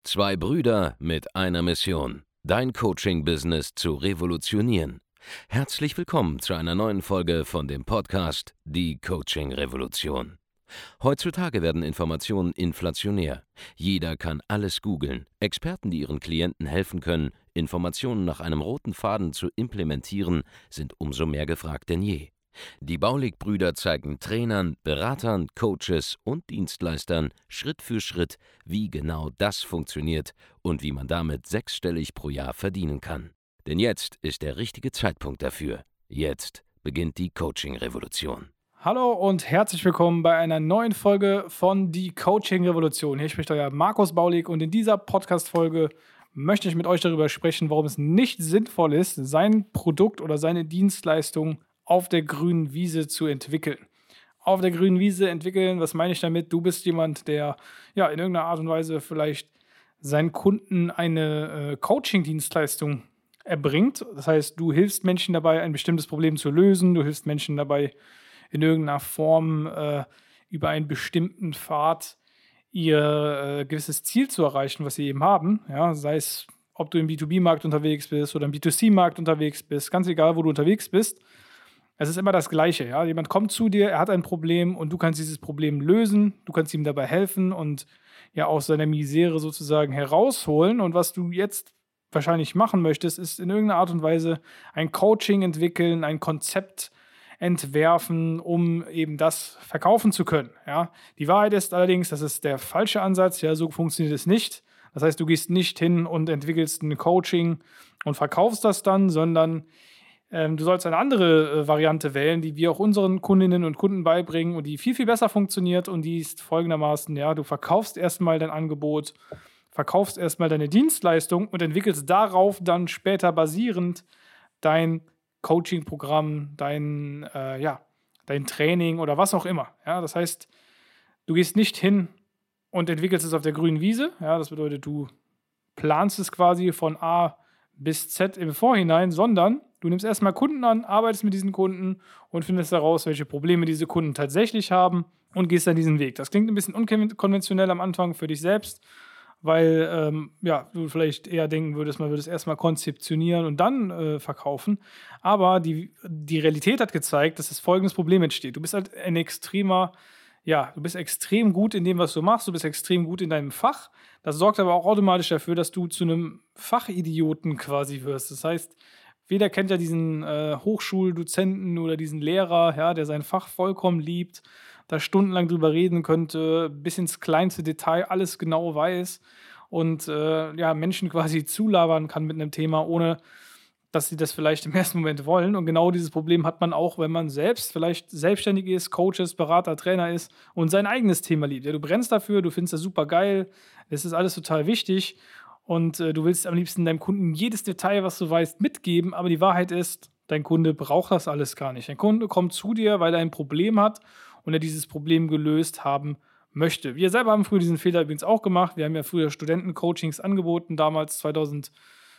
Zwei Brüder mit einer Mission, dein Coaching-Business zu revolutionieren. Herzlich willkommen zu einer neuen Folge von dem Podcast Die Coaching-Revolution. Heutzutage werden Informationen inflationär. Jeder kann alles googeln. Experten, die ihren Klienten helfen können, Informationen nach einem roten Faden zu implementieren, sind umso mehr gefragt denn je. Die Baulig-Brüder zeigen Trainern, Beratern, Coaches und Dienstleistern Schritt für Schritt, wie genau das funktioniert und wie man damit sechsstellig pro Jahr verdienen kann. Denn jetzt ist der richtige Zeitpunkt dafür. Jetzt beginnt die Coaching-Revolution. Hallo und herzlich willkommen bei einer neuen Folge von Die Coaching-Revolution. Hier spricht euer Markus Baulig und in dieser Podcast-Folge möchte ich mit euch darüber sprechen, warum es nicht sinnvoll ist, sein Produkt oder seine Dienstleistung auf der grünen Wiese zu entwickeln. Auf der grünen Wiese entwickeln, was meine ich damit? Du bist jemand, der in irgendeiner Art und Weise vielleicht seinen Kunden eine Coaching-Dienstleistung erbringt. Das heißt, du hilfst Menschen dabei, ein bestimmtes Problem zu lösen. Du hilfst Menschen dabei, in irgendeiner Form über einen bestimmten Pfad ihr gewisses Ziel zu erreichen, was sie eben haben. Ja, sei es, ob du im B2B-Markt unterwegs bist oder im B2C-Markt unterwegs bist, ganz egal, wo du unterwegs bist. Es ist immer das Gleiche. Ja? Jemand kommt zu dir, er hat ein Problem und du kannst dieses Problem lösen, du kannst ihm dabei helfen und ja aus seiner Misere sozusagen herausholen. Und was du jetzt wahrscheinlich machen möchtest, ist in irgendeiner Art und Weise ein Coaching entwickeln, ein Konzept entwerfen, um eben das verkaufen zu können. Ja? Die Wahrheit ist allerdings, das ist der falsche Ansatz. Ja, so funktioniert es nicht. Das heißt, du gehst nicht hin und entwickelst ein Coaching und verkaufst das dann, sondern du sollst eine andere Variante wählen, die wir auch unseren Kundinnen und Kunden beibringen und die viel, viel besser funktioniert. Und die ist folgendermaßen, ja, du verkaufst erstmal dein Angebot, verkaufst erstmal deine Dienstleistung und entwickelst darauf dann später basierend dein Coaching-Programm, dein Training oder was auch immer. Ja, das heißt, du gehst nicht hin und entwickelst es auf der grünen Wiese. Ja, das bedeutet, du planst es quasi von A bis Z im Vorhinein, sondern du nimmst erstmal Kunden an, arbeitest mit diesen Kunden und findest heraus, welche Probleme diese Kunden tatsächlich haben und gehst dann diesen Weg. Das klingt ein bisschen unkonventionell am Anfang für dich selbst, weil du vielleicht eher denken würdest, man würde es erstmal konzeptionieren und dann verkaufen. Aber die Realität hat gezeigt, dass das folgendes Problem entsteht. Du bist halt du bist extrem gut in dem, was du machst, du bist extrem gut in deinem Fach. Das sorgt aber auch automatisch dafür, dass du zu einem Fachidioten quasi wirst. Das heißt, jeder kennt ja diesen Hochschuldozenten oder diesen Lehrer, ja, der sein Fach vollkommen liebt, da stundenlang drüber reden könnte, bis ins kleinste Detail alles genau weiß und Menschen quasi zulabern kann mit einem Thema, ohne dass sie das vielleicht im ersten Moment wollen. Und genau dieses Problem hat man auch, wenn man selbst vielleicht selbstständig ist, Coach ist, Berater, Trainer ist und sein eigenes Thema liebt. Ja, du brennst dafür, du findest das super geil, das ist alles total wichtig und du willst am liebsten deinem Kunden jedes Detail, was du weißt, mitgeben. Aber die Wahrheit ist, dein Kunde braucht das alles gar nicht. Dein Kunde kommt zu dir, weil er ein Problem hat und er dieses Problem gelöst haben möchte. Wir selber haben früher diesen Fehler übrigens auch gemacht. Wir haben ja früher Studentencoachings angeboten, damals 2012,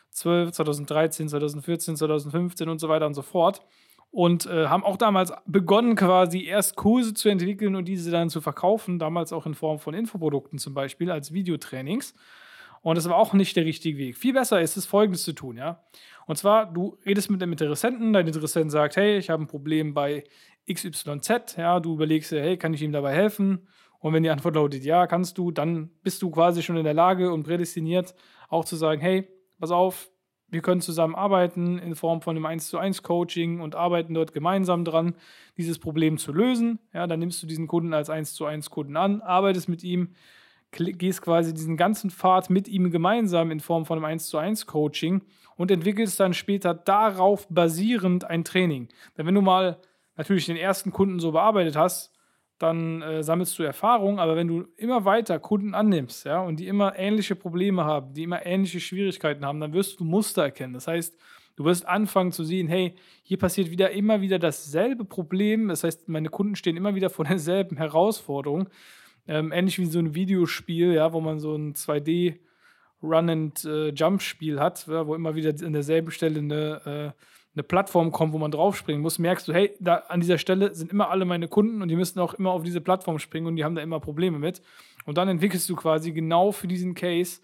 2013, 2014, 2015 und so weiter und so fort. Und haben auch damals begonnen, quasi erst Kurse zu entwickeln und diese dann zu verkaufen, damals auch in Form von Infoprodukten zum Beispiel, als Videotrainings. Und das war auch nicht der richtige Weg. Viel besser ist es, Folgendes zu tun, ja. Und zwar, du redest mit dem Interessenten, dein Interessent sagt, hey, ich habe ein Problem bei XYZ, ja, du überlegst dir, hey, kann ich ihm dabei helfen? Und wenn die Antwort lautet, ja, kannst du, dann bist du quasi schon in der Lage und prädestiniert, auch zu sagen, hey, pass auf, wir können zusammen arbeiten in Form von einem 1:1 Coaching und arbeiten dort gemeinsam dran, dieses Problem zu lösen. Ja, dann nimmst du diesen Kunden als 1:1 Kunden an, arbeitest mit ihm, gehst quasi diesen ganzen Pfad mit ihm gemeinsam in Form von einem 1:1 Coaching und entwickelst dann später darauf basierend ein Training. Denn wenn du mal natürlich den ersten Kunden so bearbeitet hast, dann sammelst du Erfahrung, aber wenn du immer weiter Kunden annimmst, ja, und die immer ähnliche Probleme haben, die immer ähnliche Schwierigkeiten haben, dann wirst du Muster erkennen. Das heißt, du wirst anfangen zu sehen, hey, hier passiert immer wieder dasselbe Problem. Das heißt, meine Kunden stehen immer wieder vor derselben Herausforderung. Ähnlich wie so ein Videospiel, ja, wo man so ein 2D Run-and-Jump-Spiel hat, ja, wo immer wieder an derselben Stelle eine Plattform kommt, wo man draufspringen muss, merkst du, hey, da an dieser Stelle sind immer alle meine Kunden und die müssen auch immer auf diese Plattform springen und die haben da immer Probleme mit. Und dann entwickelst du quasi genau für diesen Case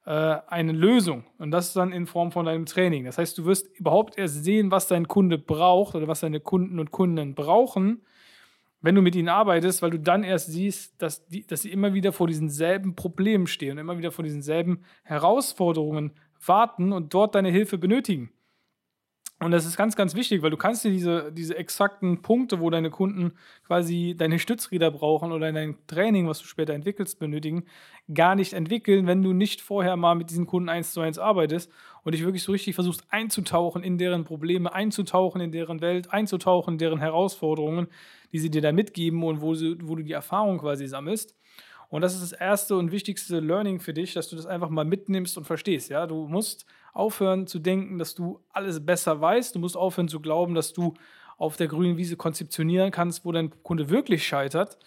eine Lösung. Und das ist dann in Form von deinem Training. Das heißt, du wirst überhaupt erst sehen, was dein Kunde braucht oder was deine Kunden und Kundinnen brauchen, wenn du mit ihnen arbeitest, weil du dann erst siehst, dass sie immer wieder vor diesen selben Problemen stehen und immer wieder vor diesen selben Herausforderungen warten und dort deine Hilfe benötigen. Und das ist ganz, ganz wichtig, weil du kannst dir diese exakten Punkte, wo deine Kunden quasi deine Stützräder brauchen oder dein Training, was du später entwickelst, benötigen, gar nicht entwickeln, wenn du nicht vorher mal mit diesen Kunden 1:1 arbeitest und dich wirklich so richtig versuchst einzutauchen in deren Probleme, einzutauchen in deren Welt, einzutauchen in deren Herausforderungen, die sie dir da mitgeben und wo du die Erfahrung quasi sammelst. Und das ist das erste und wichtigste Learning für dich, dass du das einfach mal mitnimmst und verstehst. Ja? Du musst aufhören zu denken, dass du alles besser weißt. Du musst aufhören zu glauben, dass du auf der grünen Wiese konzeptionieren kannst, wo dein Kunde wirklich scheitert,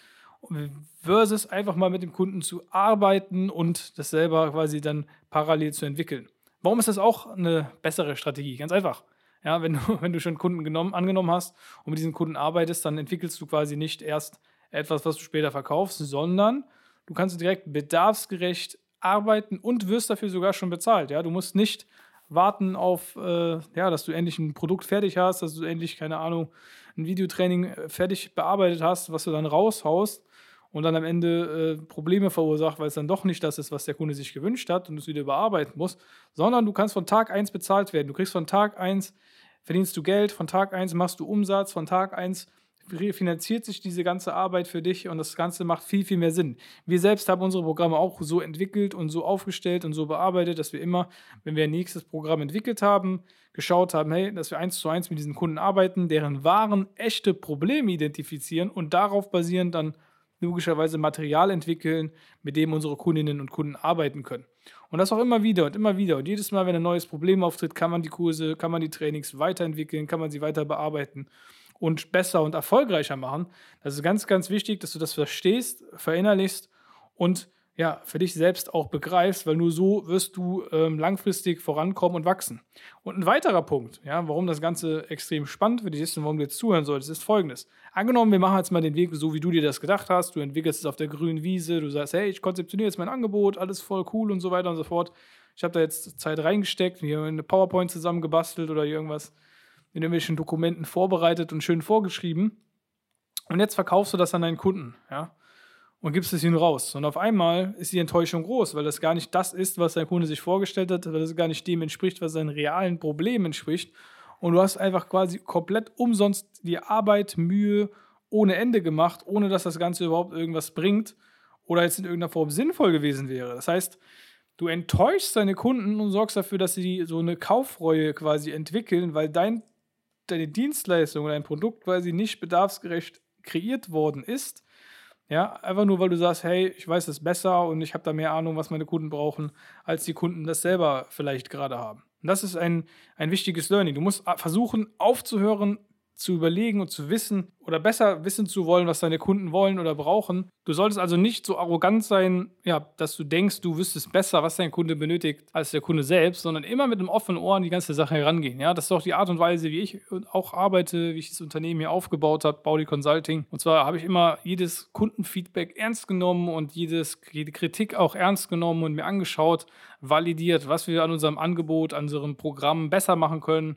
versus einfach mal mit dem Kunden zu arbeiten und das selber quasi dann parallel zu entwickeln. Warum ist das auch eine bessere Strategie? Ganz einfach. Ja, wenn du schon Kunden angenommen hast und mit diesen Kunden arbeitest, dann entwickelst du quasi nicht erst etwas, was du später verkaufst, sondern du kannst direkt bedarfsgerecht arbeiten und wirst dafür sogar schon bezahlt. Ja? Du musst nicht warten auf, dass du endlich ein Produkt fertig hast, dass du endlich, keine Ahnung, ein Videotraining fertig bearbeitet hast, was du dann raushaust und dann am Ende Probleme verursacht, weil es dann doch nicht das ist, was der Kunde sich gewünscht hat und du es wieder überarbeiten musst, sondern du kannst von Tag 1 bezahlt werden. Du kriegst von Tag 1, verdienst du Geld, von Tag 1 machst du Umsatz, von Tag 1 finanziert sich diese ganze Arbeit für dich und das Ganze macht viel, viel mehr Sinn. Wir selbst haben unsere Programme auch so entwickelt und so aufgestellt und so bearbeitet, dass wir immer, wenn wir ein nächstes Programm entwickelt haben, geschaut haben, hey, dass wir 1:1 mit diesen Kunden arbeiten, deren wahren, echte Probleme identifizieren und darauf basierend dann logischerweise Material entwickeln, mit dem unsere Kundinnen und Kunden arbeiten können. Und das auch immer wieder und immer wieder. Und jedes Mal, wenn ein neues Problem auftritt, kann man die Kurse, kann man die Trainings weiterentwickeln, kann man sie weiter bearbeiten und besser und erfolgreicher machen. Das ist ganz, ganz wichtig, dass du das verstehst, verinnerlichst und ja, für dich selbst auch begreifst, weil nur so wirst du langfristig vorankommen und wachsen. Und ein weiterer Punkt, ja, warum das Ganze extrem spannend für dich ist und warum du jetzt zuhören solltest, ist folgendes. Angenommen, wir machen jetzt mal den Weg so, wie du dir das gedacht hast, du entwickelst es auf der grünen Wiese, du sagst, hey, ich konzeptioniere jetzt mein Angebot, alles voll cool und so weiter und so fort. Ich habe da jetzt Zeit reingesteckt, hier eine PowerPoint zusammengebastelt oder irgendwas in irgendwelchen Dokumenten vorbereitet und schön vorgeschrieben. Und jetzt verkaufst du das an deinen Kunden, ja, und gibst es ihnen raus. Und auf einmal ist die Enttäuschung groß, weil das gar nicht das ist, was dein Kunde sich vorgestellt hat, weil das gar nicht dem entspricht, was seinen realen Problemen entspricht. Und du hast einfach quasi komplett umsonst die Arbeit, Mühe ohne Ende gemacht, ohne dass das Ganze überhaupt irgendwas bringt oder jetzt in irgendeiner Form sinnvoll gewesen wäre. Das heißt, du enttäuschst deine Kunden und sorgst dafür, dass sie so eine Kaufreue quasi entwickeln, weil deine Dienstleistung oder dein Produkt quasi nicht bedarfsgerecht kreiert worden ist. Ja, einfach nur, weil du sagst, hey, ich weiß es besser und ich habe da mehr Ahnung, was meine Kunden brauchen, als die Kunden das selber vielleicht gerade haben. Und das ist ein wichtiges Learning. Du musst versuchen, aufzuhören, zu überlegen und zu wissen oder besser wissen zu wollen, was deine Kunden wollen oder brauchen. Du solltest also nicht so arrogant sein, ja, dass du denkst, du wüsstest besser, was dein Kunde benötigt, als der Kunde selbst, sondern immer mit einem offenen Ohr an die ganze Sache herangehen. Ja, das ist auch die Art und Weise, wie ich auch arbeite, wie ich das Unternehmen hier aufgebaut habe, Bauli Consulting. Und zwar habe ich immer jedes Kundenfeedback ernst genommen und jede Kritik auch ernst genommen und mir angeschaut, validiert, was wir an unserem Angebot, an unserem Programm besser machen können,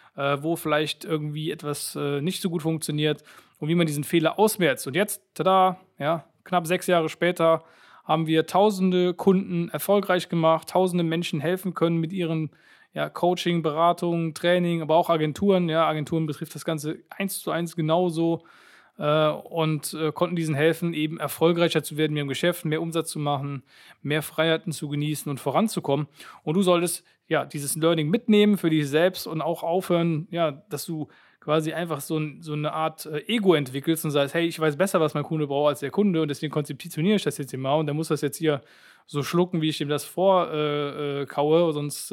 wo vielleicht irgendwie etwas nicht so gut funktioniert und wie man diesen Fehler ausmerzt. Und jetzt, tada, ja, knapp 6 Jahre später haben wir tausende Kunden erfolgreich gemacht, tausende Menschen helfen können mit ihren Coaching, Beratung, Training, aber auch Agenturen. Ja, Agenturen betrifft das Ganze 1:1 genauso und konnten diesen helfen, eben erfolgreicher zu werden, mehr im Geschäft, mehr Umsatz zu machen, mehr Freiheiten zu genießen und voranzukommen. Und du solltest dieses Learning mitnehmen für dich selbst und auch aufhören, dass du quasi einfach so eine Art Ego entwickelst und sagst, hey, ich weiß besser, was mein Kunde braucht als der Kunde und deswegen konzeptioniere ich das jetzt hier mal und der muss das jetzt hier so schlucken, wie ich ihm das vorkaue, sonst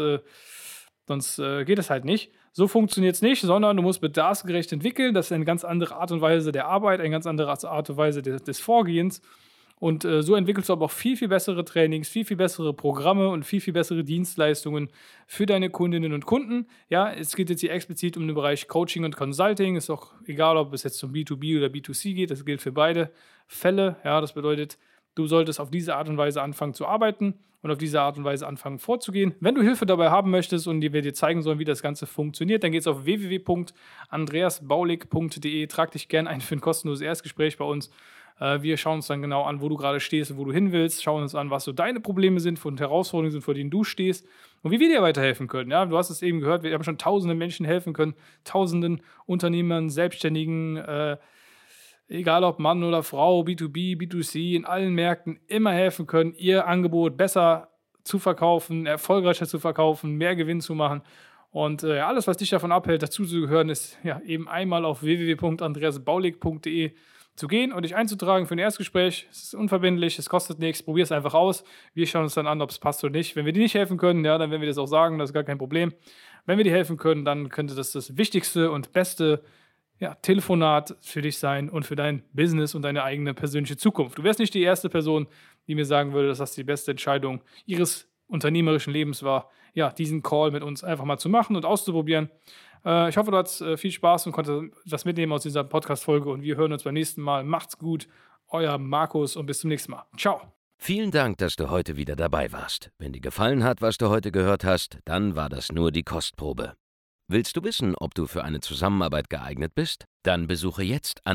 geht es halt nicht. So funktioniert es nicht, sondern du musst bedarfsgerecht entwickeln. Das ist eine ganz andere Art und Weise der Arbeit, eine ganz andere Art und Weise des Vorgehens. Und so entwickelst du aber auch viel, viel bessere Trainings, viel, viel bessere Programme und viel, viel bessere Dienstleistungen für deine Kundinnen und Kunden. Ja, es geht jetzt hier explizit um den Bereich Coaching und Consulting. Ist auch egal, ob es jetzt um B2B oder B2C geht. Das gilt für beide Fälle. Ja, das bedeutet, du solltest auf diese Art und Weise anfangen zu arbeiten und auf diese Art und Weise anfangen vorzugehen. Wenn du Hilfe dabei haben möchtest und wir dir zeigen sollen, wie das Ganze funktioniert, dann geht's auf www.andreasbaulig.de. Trag dich gerne ein für ein kostenloses Erstgespräch bei uns. Wir schauen uns dann genau an, wo du gerade stehst und wo du hin willst, schauen uns an, was so deine Probleme sind und Herausforderungen sind, vor denen du stehst und wie wir dir weiterhelfen können. Ja, du hast es eben gehört, wir haben schon tausenden Menschen helfen können, tausenden Unternehmern, Selbstständigen, egal ob Mann oder Frau, B2B, B2C, in allen Märkten immer helfen können, ihr Angebot besser zu verkaufen, erfolgreicher zu verkaufen, mehr Gewinn zu machen. Und alles, was dich davon abhält, dazu zu gehören, ist ja eben einmal auf www.andreasbaulig.de zu gehen und dich einzutragen für ein Erstgespräch. Es ist unverbindlich, es kostet nichts, probier es einfach aus. Wir schauen uns dann an, ob es passt oder nicht. Wenn wir dir nicht helfen können, ja, dann werden wir das auch sagen, das ist gar kein Problem. Wenn wir dir helfen können, dann könnte das wichtigste und beste Telefonat für dich sein und für dein Business und deine eigene persönliche Zukunft. Du wärst nicht die erste Person, die mir sagen würde, dass das die beste Entscheidung ihres unternehmerischen Lebens war, ja, diesen Call mit uns einfach mal zu machen und auszuprobieren. Ich hoffe, du hattest viel Spaß und konntest was mitnehmen aus dieser Podcast-Folge und wir hören uns beim nächsten Mal. Macht's gut, euer Markus und bis zum nächsten Mal. Ciao. Vielen Dank, dass du heute wieder dabei warst. Wenn dir gefallen hat, was du heute gehört hast, dann war das nur die Kostprobe. Willst du wissen, ob du für eine Zusammenarbeit geeignet bist? Dann besuche jetzt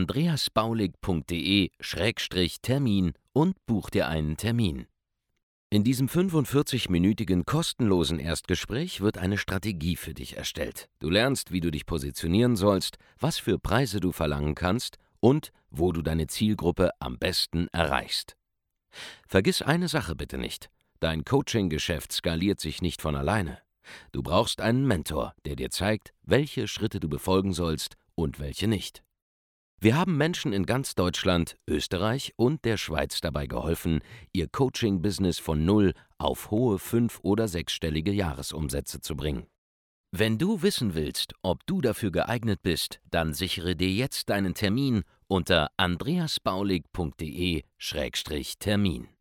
andreasbaulig.de/Termin und buch dir einen Termin. In diesem 45-minütigen kostenlosen Erstgespräch wird eine Strategie für dich erstellt. Du lernst, wie du dich positionieren sollst, was für Preise du verlangen kannst und wo du deine Zielgruppe am besten erreichst. Vergiss eine Sache bitte nicht: Dein Coaching-Geschäft skaliert sich nicht von alleine. Du brauchst einen Mentor, der dir zeigt, welche Schritte du befolgen sollst und welche nicht. Wir haben Menschen in ganz Deutschland, Österreich und der Schweiz dabei geholfen, ihr Coaching-Business von 0 auf hohe 5- oder 6-stellige Jahresumsätze zu bringen. Wenn du wissen willst, ob du dafür geeignet bist, dann sichere dir jetzt deinen Termin unter andreasbaulig.de/Termin.